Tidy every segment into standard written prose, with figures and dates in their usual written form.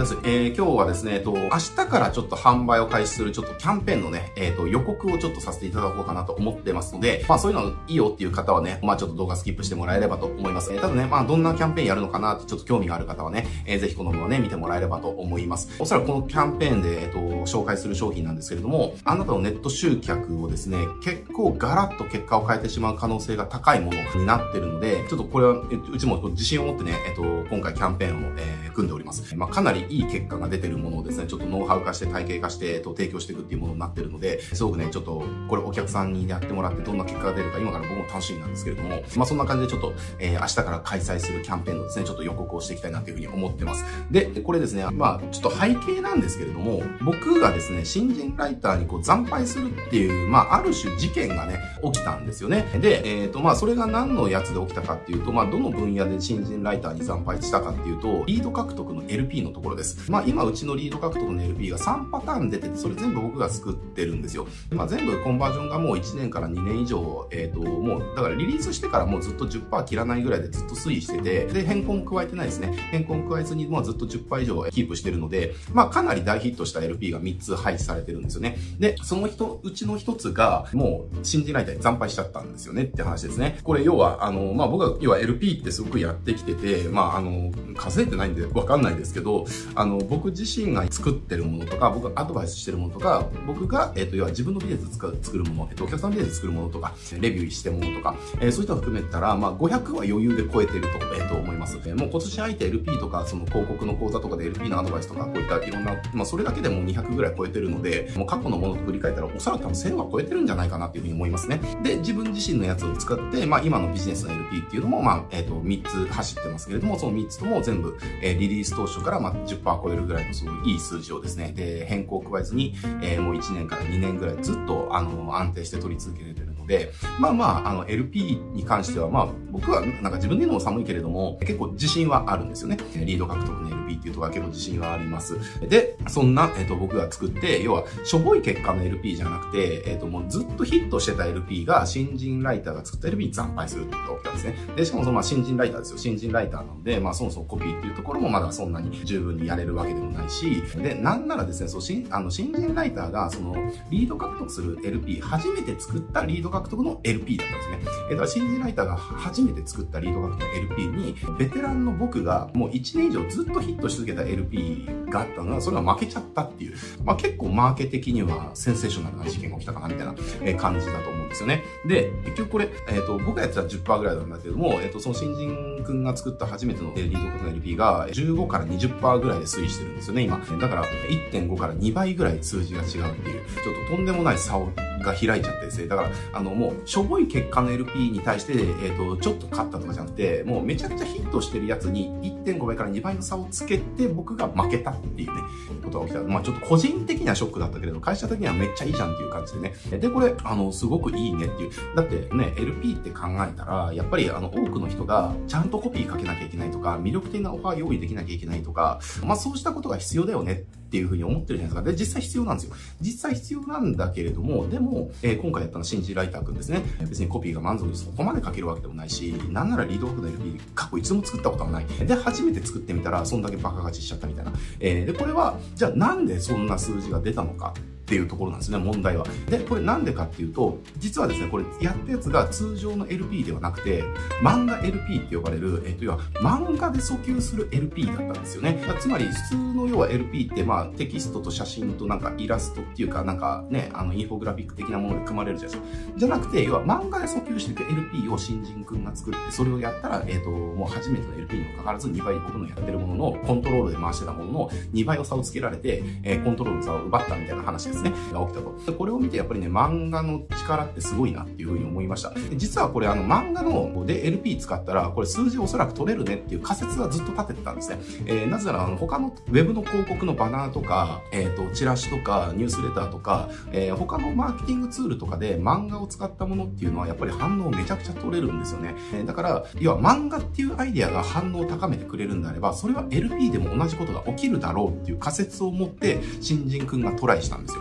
です。今日はですね、明日からちょっと販売を開始するちょっとキャンペーンのね、予告をちょっとさせていただこうかなと思ってますので、そういうのいいよっていう方はね、ちょっと動画スキップしてもらえればと思います。ただね、どんなキャンペーンやるのかなってちょっと興味がある方はね、ぜひこの動画をね、見てもらえればと思います。おそらくこのキャンペーンで、紹介する商品なんですけれども、あなたのネット集客をですね、結構ガラッと結果を変えてしまう可能性が高いものになってるので、ちょっとこれは、うちも自信を持ってね、今回キャンペーンを、組んでおります。かなりいい結果が出てるものをですね、ちょっとノウハウ化して体系化して、提供していくっていうものになってるので、すごくね、ちょっと、これお客さんにやってもらってどんな結果が出るか、今から僕も楽しみなんですけれども、そんな感じでちょっと、明日から開催するキャンペーンのですね、ちょっと予告をしていきたいなというふうに思ってます。で、これですね、ちょっと背景なんですけれども、僕がですね、新人ライターに惨敗するっていう、ある種事件がね、起きたんですよね。で、それが何のやつで起きたかっていうと、どの分野で新人ライターに惨敗したかっていうと、リード獲得の LP のところです。今うちのリード獲得の LP が3パターン出てて、それ全部僕が作ってるんですよ。全部コンバージョンがもう1年から2年以上、もう、だからリリースしてからもうずっと 10% 切らないぐらいでずっと推移してて、で、変更も加えてないですね。変更も加えずにもうずっと 10% 以上キープしてるので、かなり大ヒットした LP が3つ配置されてるんですよね。で、そのうちの1つが、もう新人ライターに惨敗しちゃったんですよねって話ですね。これ要は、僕は要は LP ってすごくやってきてて、稼いでないんでわかんないですけど、僕自身が作ってるものとか、僕がアドバイスしてるものとか、僕が、要は自分のビジネスで作るもの、お客さんのビジネスで作るものとか、レビューしてるものとか、そういったのを含めたら、500は余裕で超えていると、思います。もう今年入って LP とか、その広告の講座とかで LP のアドバイスとか、こういったいろんな、それだけでもう200ぐらい超えてるので、もう過去のものと振り返ったら、おそらく多分1000は超えてるんじゃないかなっていうふうに思いますね。で、自分自身のやつを使って、今のビジネスの LP っていうのも、3つ走ってますけれども、その3つとも全部、リリース当初から、10% 超えるぐらいのすごいいい数字をですね、で、変更を加えずに、もう1年から2年ぐらいずっと、安定して取り続けてるので、LP に関しては、僕はなんか自分で言うのも寒いけれども、結構自信はあるんですよね。リード獲得の LP っていうところは結構自信はあります。で、そんな、僕が作って、要は、しょぼい結果の LP じゃなくて、もうずっとヒットしてた LP が、新人ライターが作った LP に惨敗するってことが起きたんですね。で、しかもその、新人ライターですよ。新人ライターなので、そもそもコピーっていうところもまだそんなに十分にやれるわけでもないし、で、なんならですね、新人ライターが、リード獲得する LP、初めて作ったリード獲得の LP だったんですね。だから新人ライターが初めて作ったリード獲得の LP に、ベテランの僕がもう1年以上ずっとヒットし続けた LP があったのが、それが負けちゃったっていう、結構マーケ的にはセンセーショナルな事件が起きたかな、みたいな感じだと思うんですよね。で、結局これ、僕がやってたら 10% ぐらいなんだけども、その新人くんが作った初めてのリード獲得の LP が15から 20% ぐらいで推移してるんですよね、今。だから、1.5 から2倍ぐらい数字が違うっていう、ちょっととんでもない差が開いちゃってですね。だから、もう、しょぼい結果の LP に対して、ちょっと勝ったとかじゃなくて、もうめちゃくちゃヒットしてるやつに 1.5 倍から2倍の差をつけて、僕が負けたっていうね、ことが起きた。ちょっと個人的にはショックだったけれど、会社的にはめっちゃいいじゃんっていう感じでね。で、これ、すごくいいねっていう。だってね、LP って考えたら、やっぱり多くの人がちゃんとコピーかけなきゃいけないとか、魅力的なオファー用意できなきゃいけないとか、そうしたことが必要だよねっていうふうに思ってるじゃないですか。で、実際必要なんですよ。実際必要なんだけれども、でも、今回やったのは新人ライターくんですね。別にコピーが満足にそこまで書けるわけでもないし、なんならリードオフの LP 過去いつも作ったことはない。で、初めて作ってみたら、そんだけバカ勝ちしちゃったみたいな。で、これは、じゃあなんでそんな数字が出たのか。っていうところなんですね、問題は。で、これなんでかっていうと、実はですね、これやったやつが通常の LP ではなくて、漫画 LP って呼ばれる、要は漫画で訴求する LP だったんですよね。つまり、普通の要は LP って、テキストと写真となんかイラストっていうか、なんかね、インフォグラフィック的なもので組まれるじゃないですか。じゃなくて、要は漫画で訴求していく LP を新人くんが作って、それをやったら、もう初めての LP にもかかわらず2倍僕のやってるものの、コントロールで回してたものの2倍の差をつけられて、コントロールの差を奪ったみたいな話ですね。が起きたと。これを見てやっぱりね、漫画の力ってすごいなっていうふうに思いました。実はこれ漫画ので LP 使ったら、これ数字おそらく取れるねっていう仮説はずっと立ててたんですね。なぜなら他のウェブの広告のバナーとか、チラシとか、ニュースレターとか、他のマーケティングツールとかで漫画を使ったものっていうのはやっぱり反応めちゃくちゃ取れるんですよね。だから、要は漫画っていうアイデアが反応を高めてくれるんであれば、それは LP でも同じことが起きるだろうっていう仮説を持って、新人くんがトライしたんですよ。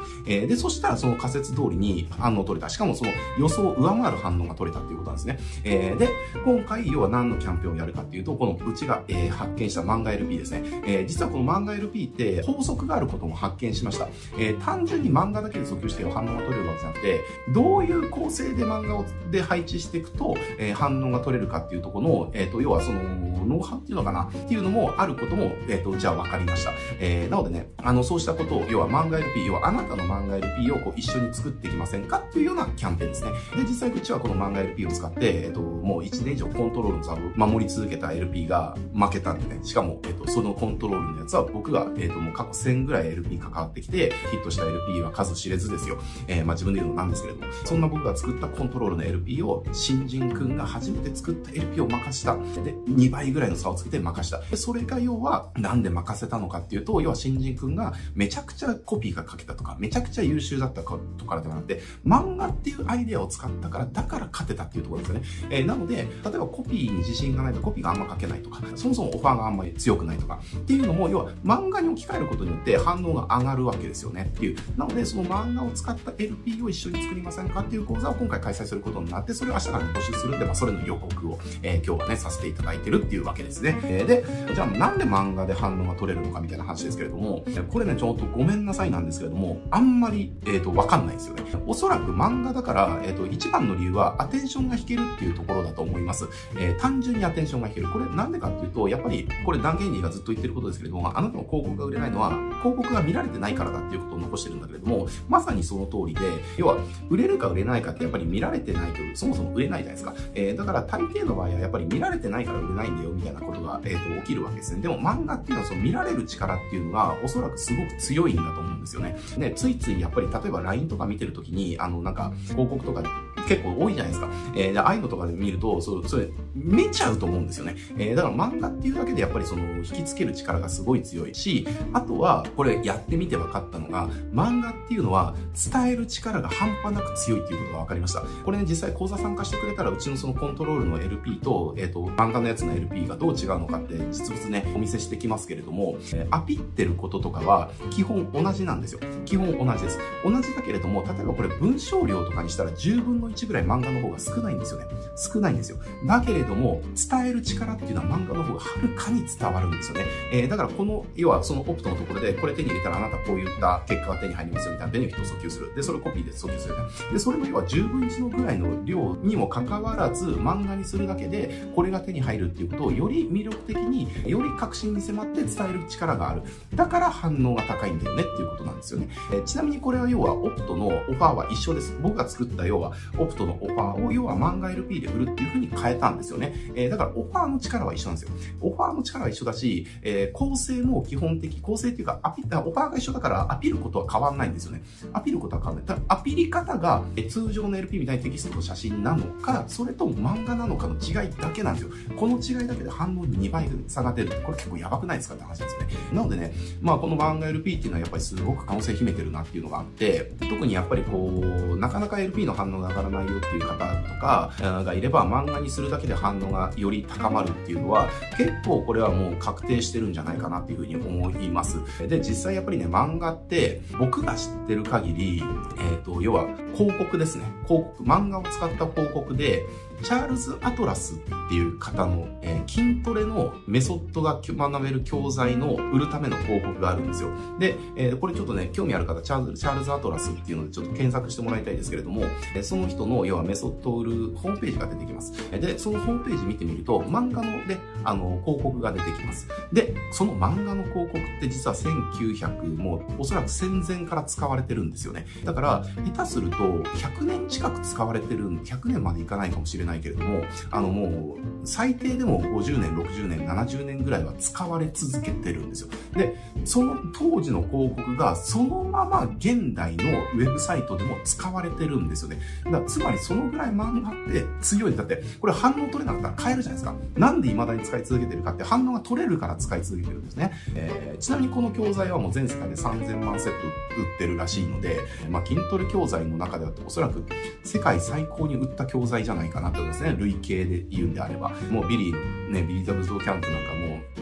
で、そしたらその仮説通りに反応取れた。しかもその予想を上回る反応が取れたっていうことなんですね。で、今回、要は何のキャンペーンをやるかっていうと、このうちが、発見した漫画 LP ですね。実はこの漫画 LP って法則があることも発見しました。単純に漫画だけで訴求して反応が取れるわけじゃなくて、どういう構成で漫画で配置していくと、反応が取れるかっていうところの、要はその、ノウハウっていうのかなっていうのもあることも、じゃあ分かりました。なのでね、そうしたことを、要は漫画 LP、要はあなたの漫画 LP をこう一緒に作っていきませんかっていうようなキャンペーンですね。で、実際うちはこの漫画 LP を使って、もう1年以上コントロールの座を守り続けた LP が負けたんでね、しかも、そのコントロールのやつは僕が、もう過去1000ぐらい LP 関わってきて、ヒットした LP は数知れずですよ。自分で言うのなんですけれども、そんな僕が作ったコントロールの LP を、新人くんが初めて作った LP を任した。で、2倍ぐらいの差をつけて任した。で、それが要は、なんで任せたのかっていうと、要は新人くんがめちゃくちゃコピーが書けたとか、めちゃくちゃ優秀だったとかではなくて、漫画っていうアイデアを使ったから、だから勝てたっていうところですよね。なので、例えばコピーに自信がないとコピーがあんま書けないとか、そもそもオファーがあんまり強くないとか、っていうのも、要は漫画に置き換えることによって反応が上がるわけですよねっていう。なので、その漫画を使った LP を一緒に作りませんかっていう講座を今回開催することになって、それを明日から募集するんで、それの予告を、今日はね、させていただいてるっていうわけですね。で、じゃあなんで漫画で反応が取れるのかみたいな話ですけれども、これね、ちょっとごめんなさいなんですけれども、あんまり、わかんないですよね。おそらく漫画だから、一番の理由はアテンションが引けるっていうところだと思います。単純にアテンションが引ける。これなんでかっていうと、やっぱり、これダン・ケイニーがずっと言ってることですけれども、あなたの広告が売れないのは、広告が見られてないからだっていうことを残してるんだけれども、まさにその通りで、要は、売れるか売れないかってやっぱり見られてないと、そもそも売れないじゃないですか。だから大抵の場合はやっぱり見られてないから売れないんだよみたいなことが、起きるわけですね。でも漫画っていうのはその見られる力っていうのがおそらくすごく強いんだと思うんですよね。ね、ついついやっぱり例えば LINE とか見てるときに、なんか広告とか結構多いじゃないですか。ああいうのとかで見ると、それ見ちゃうと思うんですよね。だから漫画っていうだけでやっぱりその引きつける力がすごい強いし、あとはこれやってみて分かったのが、漫画っていうのは伝える力が半端なく強いっていうことが分かりました。これね、実際講座参加してくれたらうちのそのコントロールの LP と、漫画のやつの LP がどう違うのかって実物ね、お見せしてきますけれども、アピってることとかは基本同じなんですよ。基本同じです。同じだけれども、例えばこれ文章量とかにしたら10分の1ぐらい漫画の方が少ないんですよね。少ないんですよ。だけれども、伝える力っていうのは漫画の方がはるかに伝わるんですよね。だからこの、要はそのオプトのところで、これ手に入れたらあなたこういった結果が手に入りますよみたいなベネフィットを訴求する。で、それをコピーで訴求する。で、それも要は10分1のぐらいの量にもかかわらず、漫画にするだけで、これが手に入るっていうことをより魅力的に、より確信に迫って伝える力がある。だから反応が高いんだよねっていうことなんですよね。ちなみにこれは要はオプトのオファーは一緒です。僕が作った要はオプトのオファーを要は漫画 LP で売るっていう風に変えたんですよね。だからオファーの力は一緒なんですよ。オファーの力は一緒だし、構成も基本的、構成っていうかオファーが一緒だからアピることは変わんないんですよね。アピることは変わんない。ただアピり方が通常の LP みたいにテキストと写真なのか、それとも漫画なのかの違いだけなんですよ。この違いだけで反応に2倍差が出る。これ結構やばくないですかって話ですよね。なのでね、まあこの漫画 LP っていうのはやっぱりすごく可能性秘めてるなっていうのがあって、特にやっぱりこう、なかなか LP の反応が上がらないよっていう方とかがいれば、漫画にするだけで反応がより高まるっていうのは、結構これはもう確定してるんじゃないかなっていうふうに思います。で、実際やっぱりね、漫画って僕が知ってる限り、要は広告ですね。広告、漫画を使った広告で、チャールズ・アトラスっていう方の、筋トレのメソッドが学べる教材の売るための広告があるんですよ。で、これちょっとね、興味ある方、チャールズ・アトラスっていうのでちょっと検索してもらいたいですけれども、その人の要はメソッドを売るホームページが出てきます。で、そのホームページ見てみると、漫画ので、広告が出てきます。で、その漫画の広告って実は1900もおそらく戦前から使われてるんですよね。だから、下手すると100年近く使われてる、100年までいかないかもしれないけれども、もう、最低でも50年、60年、70年ぐらいは使われ続けてるんですよ。で、その当時の広告がそのまま現代のウェブサイトでも使われてるんですよね。だからつまりそのぐらい漫画って強い。だって、これ反応取れなかったら変えるじゃないですか。なんで未だに使い続けてるかって反応が取れるから使い続けてるんですね。ちなみにこの教材はもう全世界で3000万セット売ってるらしいので、まあ筋トレ教材の中ではおそらく世界最高に売った教材じゃないかなと思いますね。累計で言うんであれば。もうビリー・ザブズドキャンプなんかも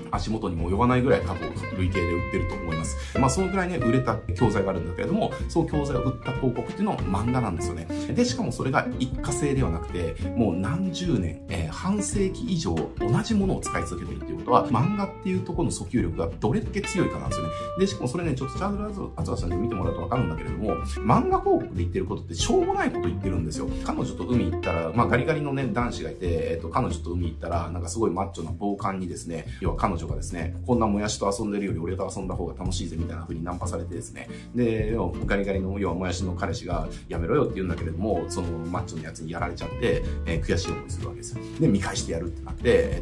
足元にも及ばないぐらい多分累計で売ってると思います。そのぐらいね、売れた教材があるんだけれども、その教材を売った広告っていうのは漫画なんですよね。で、しかもそれが一過性ではなくて、もう何十年、半世紀以上同じものを使い続けてるっていうことは、漫画っていうところの訴求力がどれだけ強いかなんですよね。で、しかもそれね、ちょっとチャールズ・アツワさんに見てもらうとわかるんだけれども、漫画広告で言ってることってしょうもないこと言ってるんですよ。彼女と海行ったら、ガリガリのね、男子がいて、彼女と海行ったら、なんかすごいマッチョな暴漢にですね、要は彼女がですね、こんなもやしと遊んでるより俺と遊んだ方が楽しいぜみたいな風にナンパされてですね、で、ガリガリの要はもやしの彼氏がやめろよって言うんだけれども、そのマッチョのやつにやられちゃって、悔しい思いするわけですよ。で、見返してやるってなって、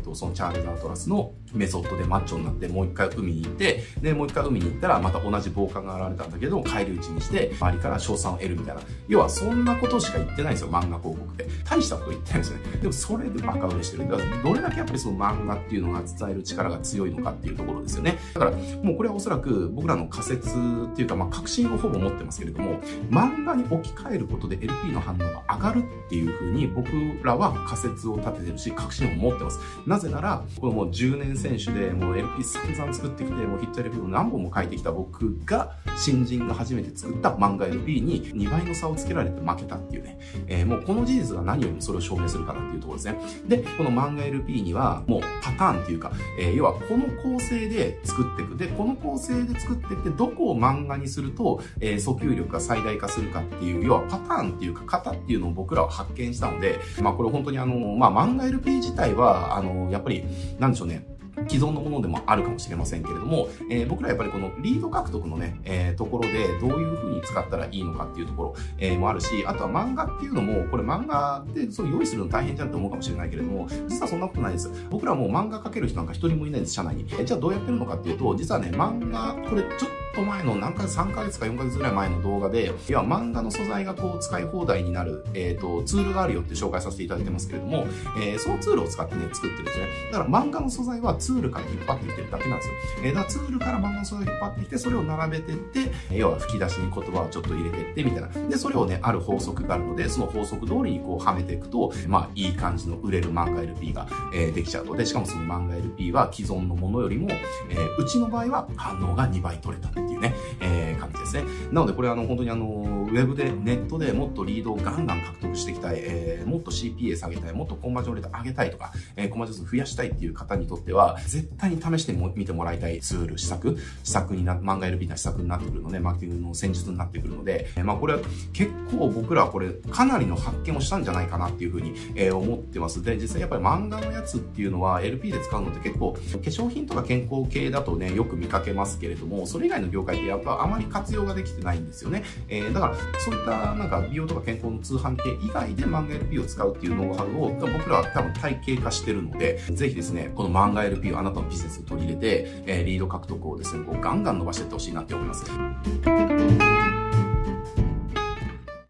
そのチャールズ・アトラスのメソッドでマッチョになって、もう一回海に行って、で、もう一回海に行ったら、また同じ暴漢が現れたんだけど、返り討ちにして、周りから賞賛を得るみたいな。要は、そんなことしか言ってないんですよ、漫画広告って。大したこと言ってないんですよね。でも、それでバカ売れしてる。だからどれだけやっぱりその漫画っていうのが伝える力が強いのかっていうところですよね。だから、もうこれはおそらく僕らの仮説っていうか、確信をほぼ持ってますけれども、漫画に置き換えることで LP の反応が上がるっていうふうに僕らは仮説を立ててるし、確信を持ってます。なぜなら、このもう10年選手でもう LP 散々作ってきて、もうヒット LP を何本も書いてきた僕が、新人が初めて作った漫画 LP に2倍の差をつけられて負けたっていうね。もうこの事実が何よりもそれを証明するかなっていうところですね。で、この漫画 LP にはもうパターンっていうか、要はこの構成で作っていく。で、この構成で作っていって、どこを漫画にすると、訴求力が最大化するかっていう、要はパターンっていうか型っていうのを僕らは発見したので、これ本当に漫画 LP 自体は、やっぱり、なんでしょうね。既存のものでもあるかもしれませんけれども、僕らやっぱりこのリード獲得のね、ところでどういう風に使ったらいいのかっていうところ、もあるし、あとは漫画っていうのも、これ漫画ってそう用意するの大変じゃんって思うかもしれないけれども、実はそんなことないです。僕らもう漫画描ける人なんか一人もいないです、社内に。じゃあどうやってるのかっていうと、実はね、漫画、これちょっと前の3ヶ月か4ヶ月ぐらい前の動画で、要は漫画の素材がこう使い放題になる、ツールがあるよって紹介させていただいてますけれども、そのツールを使ってね、作ってるんですよね。だから漫画の素材はツールから引っ張ってきてるだけなんですよ。だからツールから漫画の素材を引っ張ってきて、それを並べてって、要は吹き出しに言葉をちょっと入れてって、みたいな。で、それをね、ある法則があるので、その法則通りにこうはめていくと、いい感じの売れる漫画 LP が、できちゃうと。で、しかもその漫画 LP は既存のものよりも、うちの場合は反応が2倍取れたっていうね、感じですね。なのでこれ本当にウェブで、ネットでもっとリードをガンガン獲得していきたい、もっと CPA 下げたい、もっとコンバージョンレート上げたいとか、コンバージョン数増やしたいっていう方にとっては、絶対に試してみてもらいたいツール、施策に漫画 LP な施策になってくるので、マーケティングの戦術になってくるので、これは結構僕らはこれかなりの発見をしたんじゃないかなっていうふうに、思ってます。で、実際やっぱり漫画のやつっていうのは LP で使うのって結構、化粧品とか健康系だとね、よく見かけますけれども、それ以外の業界ってやっぱあまり活用ができてないんですよね。だから、そういったなんか美容とか健康の通販系以外で漫画 LP を使うっていうノウハウを僕らは多分体系化してるので、ぜひですね、この漫画 LP をあなたのビジネスに取り入れて、リード獲得をですね、ガンガン伸ばしていってほしいなって思います。